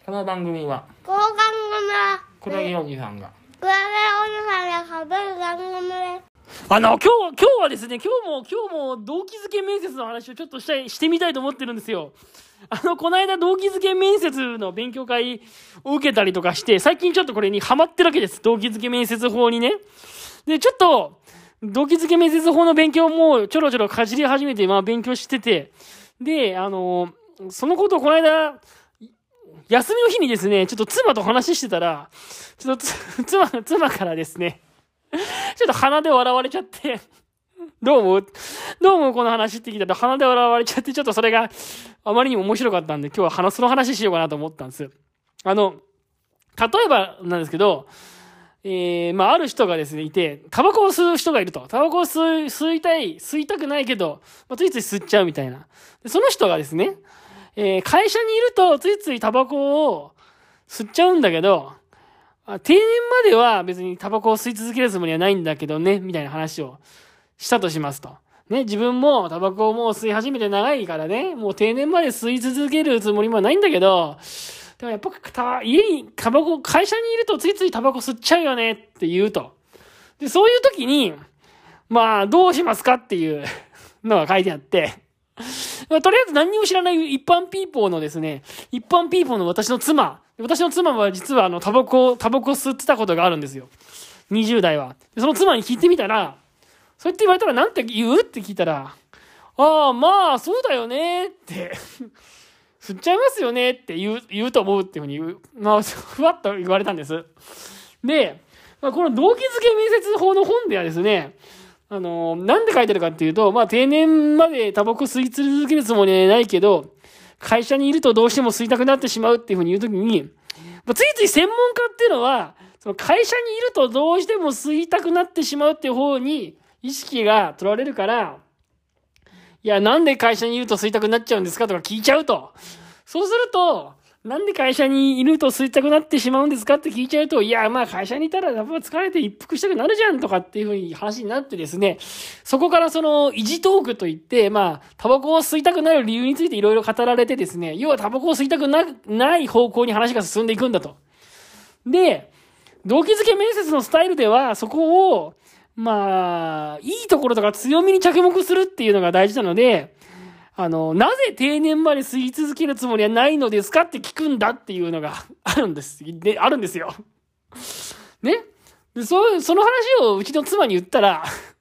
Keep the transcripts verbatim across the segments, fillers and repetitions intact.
この番組はこの番組はクラゲおじさんがクラゲおじさんが喋る番組です。 あの今日今日はですね今日も今日も動機づけ面接の話をちょっとしたいしてみたいと思ってるんですよ。あのこの間動機づけ面接の勉強会を受けたりとかして最近ちょっとこれにハマってるわけです。動機づけ面接法にね。でちょっと動機づけ面接法の勉強もちょろちょろかじり始めてまあ勉強しててであのそのことをこの間休みの日にですねちょっと妻と話してたらちょっと妻妻からですねちょっと鼻で笑われちゃって、どうも、どうもこの話って聞いたら鼻で笑われちゃって、ちょっとそれがあまりにも面白かったんで、今日は話その話しようかなと思ったんです。あの、例えばなんですけど、えー、まあ、ある人がですね、いて、タバコを吸う人がいると。タバコを吸い、吸いたい、吸いたくないけど、まあ、ついつい吸っちゃうみたいな。でその人がですね、えー、会社にいるとついついタバコを吸っちゃうんだけど、定年までは別にタバコを吸い続けるつもりはないんだけどね、みたいな話をしたとしますと。ね、自分もタバコをもう吸い始めて長いからね、もう定年まで吸い続けるつもりもないんだけど、でもやっぱ家にタバコ、会社にいるとついついタバコ吸っちゃうよねって言うと。で、そういう時に、まあどうしますかっていうのが書いてあって、まあ、とりあえず何にも知らない一般ピーポーのですね、一般ピーポーの私の妻、私の妻は実はあのタバコ、タバコ吸ってたことがあるんですよ。にじゅう代は。その妻に聞いてみたら、そうやって言われたらなんて言うって聞いたら、ああ、まあ、そうだよねって、吸っちゃいますよねって言う、言うと思うっていうふうに言う、まあ、ふわっと言われたんです。で、まあ、この動機づけ面接法の本ではですね、あの、なんで書いてるかっていうと、まあ、定年までタバコ吸い続けるつもりはないけど、会社にいるとどうしても吸いたくなってしまうっていうふうに言うときに、まあ、ついつい専門家っていうのは、その会社にいるとどうしても吸いたくなってしまうっていう方に意識が取られるから、いや、なんで会社にいると吸いたくなっちゃうんですかとか聞いちゃうと。そうすると、なんで会社にいると吸いたくなってしまうんですかって聞いちゃうと、いや、まあ会社にいたらやっぱ疲れて一服したくなるじゃんとかっていう風に話になってですね、そこからその維持トークといって、まあタバコを吸いたくなる理由についていろいろ語られてですね、要はタバコを吸いたくな、ない方向に話が進んでいくんだと。で、動機づけ面接のスタイルではそこを、まあ、いいところとか強みに着目するっていうのが大事なので、あの、なぜ定年まで吸い続けるつもりはないのですかって聞くんだっていうのがあるんです。で、あるんですよ。ね。で、そう、その話をうちの妻に言ったら、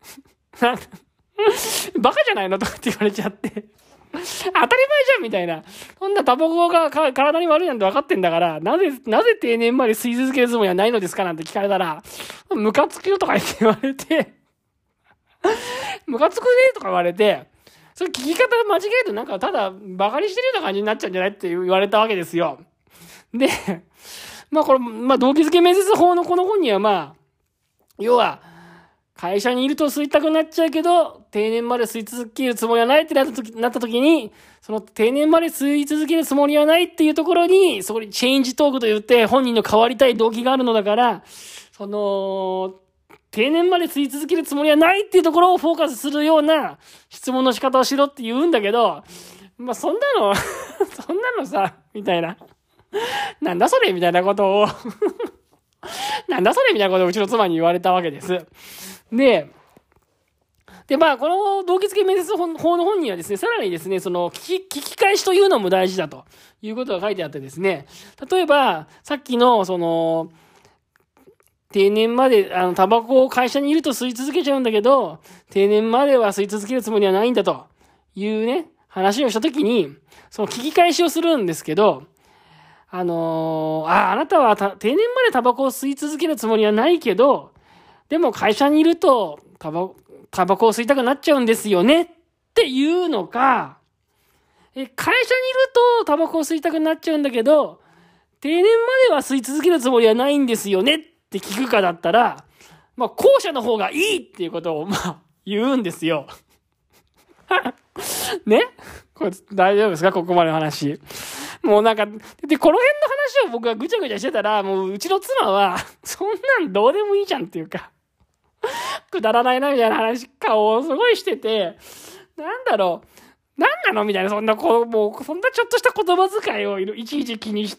バカじゃないのとかって言われちゃって、当たり前じゃんみたいな。そんなタバコが体に悪いなんて分かってんだから、なぜ、なぜ定年まで吸い続けるつもりはないのですかなんて聞かれたら、ムカつくよとか言われて、ムカつくねとか言われて、それ聞き方間違えるとなんかただバカにしてるような感じになっちゃうんじゃないって言われたわけですよ。で、まあこれ、まあ動機づけ面接法のこの本にはまあ、要は、会社にいると吸いたくなっちゃうけど、定年まで吸い続けるつもりはないってなった時、なった時に、その定年まで吸い続けるつもりはないっていうところに、そこにチェンジトークと言って本人の変わりたい動機があるのだから、その、定年まで吸い続けるつもりはないっていうところをフォーカスするような質問の仕方をしろって言うんだけど、まあ、そんなの、そんなのさ、みたいな。なんだそれみたいなことを、なんだそれみたいなことをうちの妻に言われたわけです。で、で、まあ、この動機づけ面接法の本にはですね、さらにですね、その聞き、聞き返しというのも大事だということが書いてあってですね、例えば、さっきの、その、定年まで、あの、タバコを会社にいると吸い続けちゃうんだけど、定年までは吸い続けるつもりはないんだというね、話をしたときに、その聞き返しをするんですけど、あのー、あ、あなたは定年までタバコを吸い続けるつもりはないけど、でも会社にいるとタバ、タバコを吸いたくなっちゃうんですよねっていうのか、え、会社にいるとタバコを吸いたくなっちゃうんだけど、定年までは吸い続けるつもりはないんですよねって聞くかだったら、まあ、後者の方がいいっていうことを、まあ、言うんですよ。ね？これ大丈夫ですか？ここまでの話。もうなんか、で、この辺の話を僕がぐちゃぐちゃしてたら、もううちの妻は、そんなんどうでもいいじゃんっていうか、くだらないなみたいな話、顔をすごいしてて、なんだろ何なのみたいな、そんなこう、もう、そんなちょっとした言葉遣いをいちいち気にして、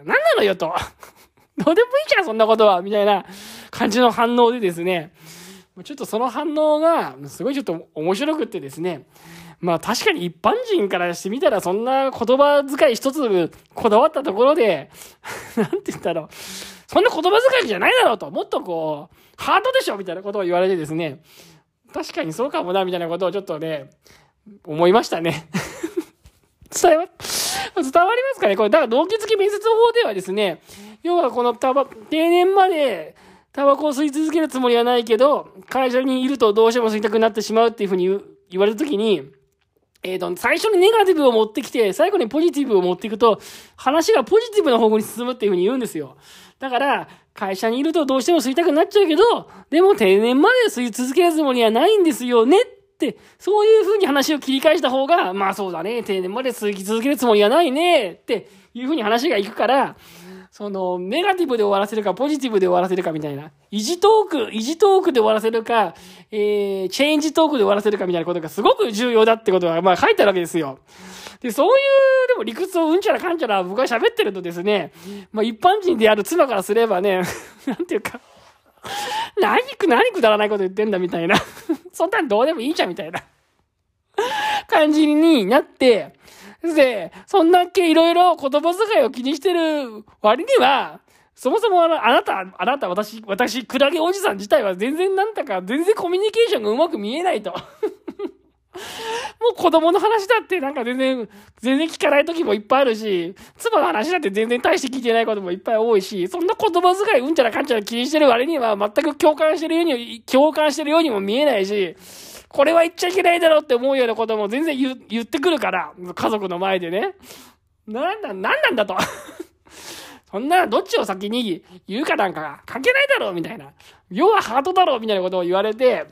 何なのよと。どうでもいいじゃん、そんなことは。みたいな感じの反応でですね、ちょっとその反応が、すごいちょっと面白くってですね、まあ確かに一般人からしてみたらそんな言葉遣い一つこだわったところで、なんて言ったら、そんな言葉遣いじゃないだろうと、もっとこう、ハートでしょみたいなことを言われてですね、確かにそうかもな、みたいなことをちょっとね、思いましたね。伝わ、伝わりますかねこれ、だから動機付き面接法ではですね、要はこのタバ、定年までタバコを吸い続けるつもりはないけど、会社にいるとどうしても吸いたくなってしまうっていうふうに言, 言われるときに、えっと、最初にネガティブを持ってきて、最後にポジティブを持っていくと、話がポジティブな方向に進むっていうふうに言うんですよ。だから、会社にいるとどうしても吸いたくなっちゃうけど、でも定年まで吸い続けるつもりはないんですよねって、そういうふうに話を切り返した方が、まあそうだね、定年まで吸い続けるつもりはないねっていうふうに話がいくから、その、ネガティブで終わらせるか、ポジティブで終わらせるかみたいな。維持トーク、維持トークで終わらせるか、えー、チェンジトークで終わらせるかみたいなことがすごく重要だってことが、まあ書いてあるわけですよ。で、そういう、でも理屈をうんちゃらかんちゃら僕が喋ってるとですね、まあ一般人である妻からすればね、なんていうか、何く、何くだらないこと言ってんだみたいな。そんなんどうでもいいじゃんみたいな感じになって、で、そんだけいろいろ言葉遣いを気にしてる割には、そもそもあの、あなた、あなた、私、私、クラゲおじさん自体は全然なんだか、全然コミュニケーションがうまく見えないと。もう子供の話だってなんか全然、全然聞かない時もいっぱいあるし、妻の話だって全然大して聞いてないこともいっぱい多いし、そんな言葉遣いうんちゃらかんちゃら気にしてる割には全く共感してるように、共感してるようにも見えないし、これは言っちゃいけないだろうって思うようなことも全然 言, 言ってくるから、家族の前でね。なんだ、なんなんだと。そんな、どっちを先に言うかなんか関係ないだろうみたいな。要はハートだろうみたいなことを言われて、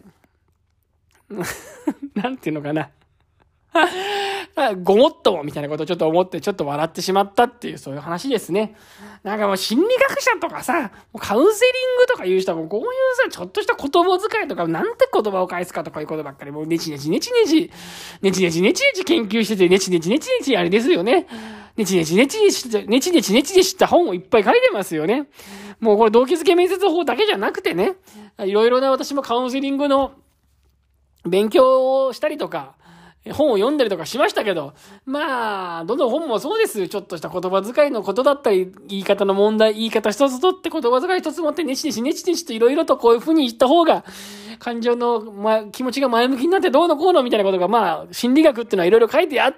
なんていうのかな。ごもっともみたいなことをちょっと思ってちょっと笑ってしまったっていうそういう話ですね。なんかもう心理学者とかさ、カウンセリングとか言う人はもうこういうさ、ちょっとした言葉遣いとかなんて言葉を返すかとかいうことばっかりもうネチネチネチネチ、ネチネチネチネチ研究しててネチネチネチネチあれですよね。ネチネチネチネチネチネチネチで知った本をいっぱい書いてますよね。もうこれ動機づけ面接法だけじゃなくてね、いろいろな私もカウンセリングの勉強をしたりとか、本を読んだりとかしましたけど、まあ、どの本もそうです。ちょっとした言葉遣いのことだったり、言い方の問題、言い方一つとって言葉遣い一つ持ってネチネチネチネチといろいろとこういう風に言った方が、感情の、ま、気持ちが前向きになってどうのこうのみたいなことが、まあ、心理学っていうのはいろいろ書いてあって、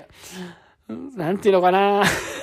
なんていうのかな。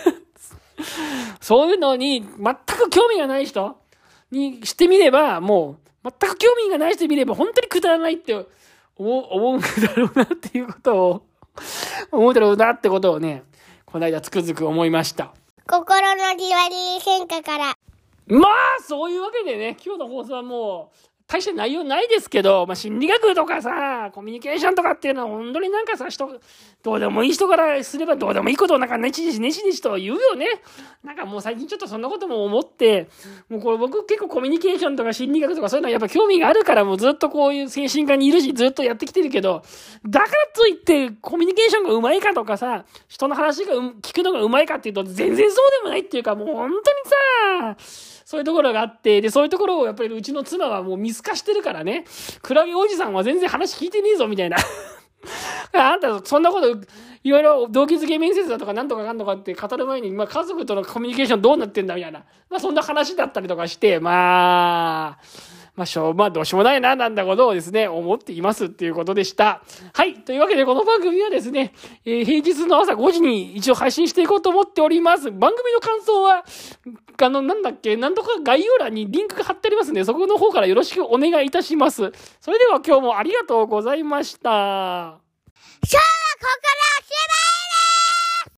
そういうのに全く興味がない人にしてみれば、もう、全く興味がない人に見れば本当にくだらないって思う、思うんだろうなっていうことを、思うだろうなってことをね、この間つくづく思いました。 心のじわり変化から。 まあ、そういうわけでね、今日の放送はもう、大した内容ないですけど、まあ、心理学とかさ、コミュニケーションとかっていうのは本当になんかさ、人、どうでもいい人からすればどうでもいいことをなんかネチネチネチネチと言うよね。なんかもう最近ちょっとそんなことも思って、もうこれ僕結構コミュニケーションとか心理学とかそういうのはやっぱ興味があるからもうずっとこういう精神科にいるしずっとやってきてるけど、だからといってコミュニケーションが上手いかとかさ、人の話が聞くのが上手いかっていうと全然そうでもないっていうかもう本当にさ、そういうところがあって、で、そういうところをやっぱりうちの妻はもう見透かしてるからね、クラゲおじさんは全然話聞いてねえぞみたいな。あんたそんなこと、いろいろ動機づけ面接だとかなんとかかんとかって語る前に、まあ家族とのコミュニケーションどうなってんだみたいな。まあそんな話だったりとかして、まあ、まあしょう、まあどうしようもないな、なんだことをですね、思っていますっていうことでした。はい。というわけでこの番組はですね、えー、平日の朝ごじに一応配信していこうと思っております。番組の感想は、あの、なんだっけ、なんとか概要欄にリンクが貼ってありますので、そこの方からよろしくお願いいたします。それでは今日もありがとうございました。 今日はここから